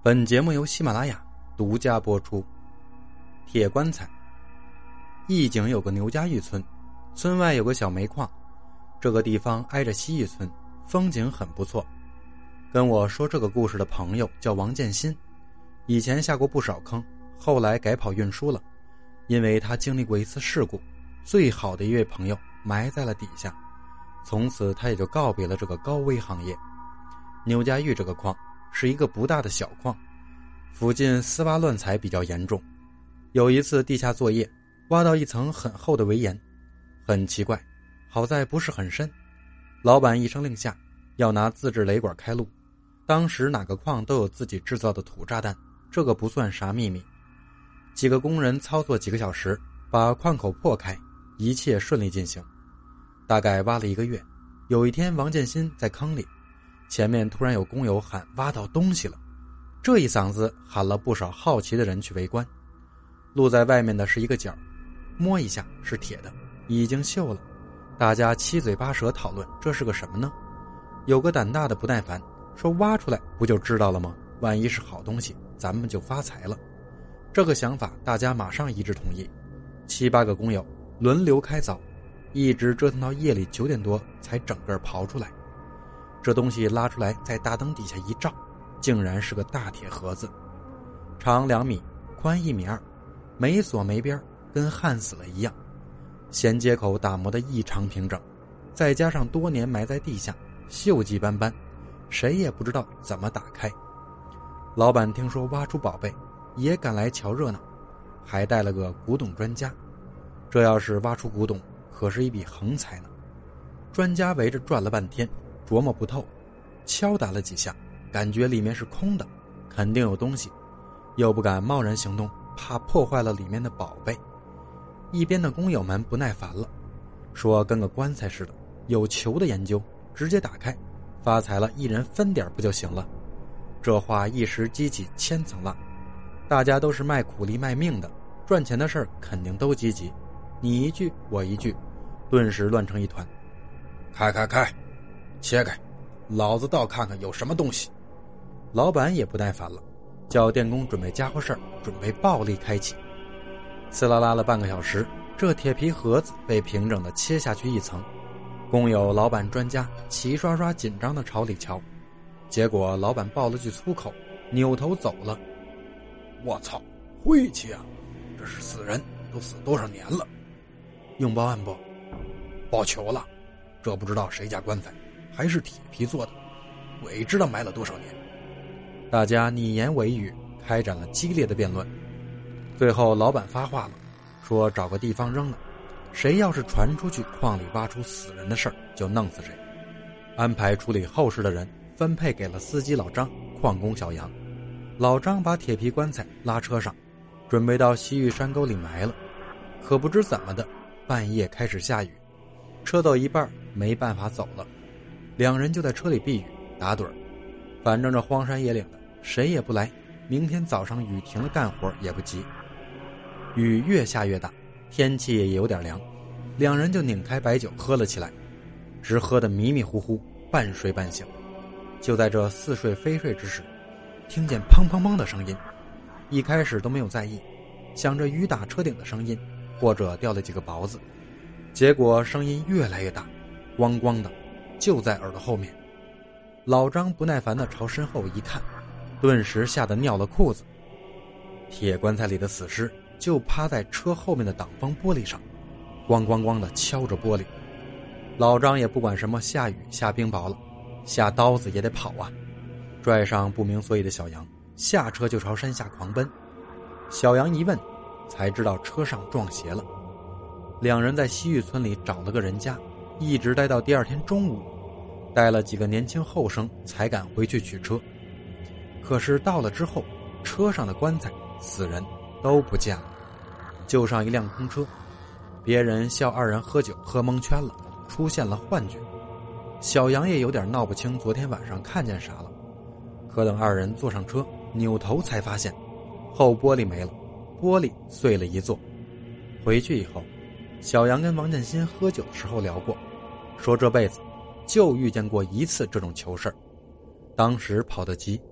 本节目由喜马拉雅独家播出。铁棺材。义井有个牛家峪村，村外有个小煤矿，这个地方挨着西峪村，风景很不错。跟我说这个故事的朋友叫王建新，以前下过不少坑，后来改跑运输了。因为他经历过一次事故，最好的一位朋友埋在了底下，从此他也就告别了这个高危行业。牛家峪这个矿是一个不大的小矿，附近私挖乱采比较严重。有一次地下作业，挖到一层很厚的围岩，很奇怪，好在不是很深。老板一声令下，要拿自制雷管开路。当时哪个矿都有自己制造的土炸弹，这个不算啥秘密。几个工人操作几个小时，把矿口破开，一切顺利进行。大概挖了1个月，有一天王建新在坑里，前面突然有工友喊挖到东西了，这一嗓子喊了不少好奇的人去围观。露在外面的是一个角，摸一下是铁的，已经锈了。大家七嘴八舌讨论这是个什么呢？有个胆大的不耐烦，说挖出来不就知道了吗？万一是好东西，咱们就发财了。这个想法大家马上一致同意，7、8个工友轮流开凿，一直折腾到夜里9点多才整个刨出来。这东西拉出来在大灯底下一照，竟然是个大铁盒子，长2米，宽1.2米，没锁没边，跟焊死了一样。衔接口打磨得异常平整，再加上多年埋在地下，锈迹斑斑，谁也不知道怎么打开。老板听说挖出宝贝，也赶来瞧热闹，还带了个古董专家。这要是挖出古董，可是一笔横财呢。专家围着转了半天，琢磨不透，敲打了几下，感觉里面是空的，肯定有东西，又不敢贸然行动，怕破坏了里面的宝贝。一边的工友们不耐烦了，说跟个棺材似的，有球的研究，直接打开，发财了一人分点不就行了。这话一时激起千层浪，大家都是卖苦力卖命的，赚钱的事儿肯定都积极，你一句我一句，顿时乱成一团。开，切开，老子倒看看有什么东西。老板也不耐烦了，叫电工准备家伙事儿，准备暴力开启。呲啦啦了半个小时，这铁皮盒子被平整的切下去一层。工友、老板、专家齐刷刷紧张的朝里瞧，结果老板爆了句粗口，扭头走了。我操，晦气啊，这是死人，都死多少年了。用报案不？报求了，这不知道谁家棺材，还是铁皮做的，鬼知道埋了多少年。大家你言我一语，开展了激烈的辩论。最后老板发话了，说找个地方扔了，谁要是传出去矿里挖出死人的事儿，就弄死谁。安排处理后事的人分配给了司机老张、矿工小杨。老张把铁皮棺材拉车上，准备到西峪山沟里埋了。可不知怎么的，半夜开始下雨，车到一半没办法走了，两人就在车里避雨打盹儿。反正这荒山野岭的，谁也不来，明天早上雨停了干活也不急。雨越下越大，天气也有点凉，两人就拧开白酒喝了起来，直喝得迷迷糊糊，半睡半醒。就在这似睡非睡之时，听见砰砰砰的声音，一开始都没有在意，想着雨打车顶的声音，或者掉了几个雹子。结果声音越来越大，咣咣的，就在耳朵后面。老张不耐烦地朝身后一看，顿时吓得尿了裤子。铁棺材里的死尸就趴在车后面的挡风玻璃上，咣咣咣地敲着玻璃。老张也不管什么下雨下冰雹了，下刀子也得跑啊。拽上不明所以的小杨，下车就朝山下狂奔。小杨一问，才知道车上撞邪了。两人在西峪村里找了个人家，一直待到第2天中午，带了几个年轻后生才敢回去取车。可是到了之后，车上的棺材、死人都不见了，就上一辆空车。别人笑2人喝酒喝蒙圈了，出现了幻觉。小杨也有点闹不清昨天晚上看见啥了。可等2人坐上车，扭头才发现后玻璃没了，玻璃碎了一座。回去以后，小杨跟王建新喝酒的时候聊过，说这辈子就遇见过1次这种糗事儿。当时跑得急，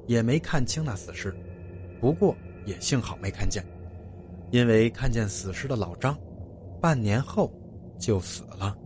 也没看清那死尸，不过也幸好没看见，因为看见死尸的老张，半年后就死了。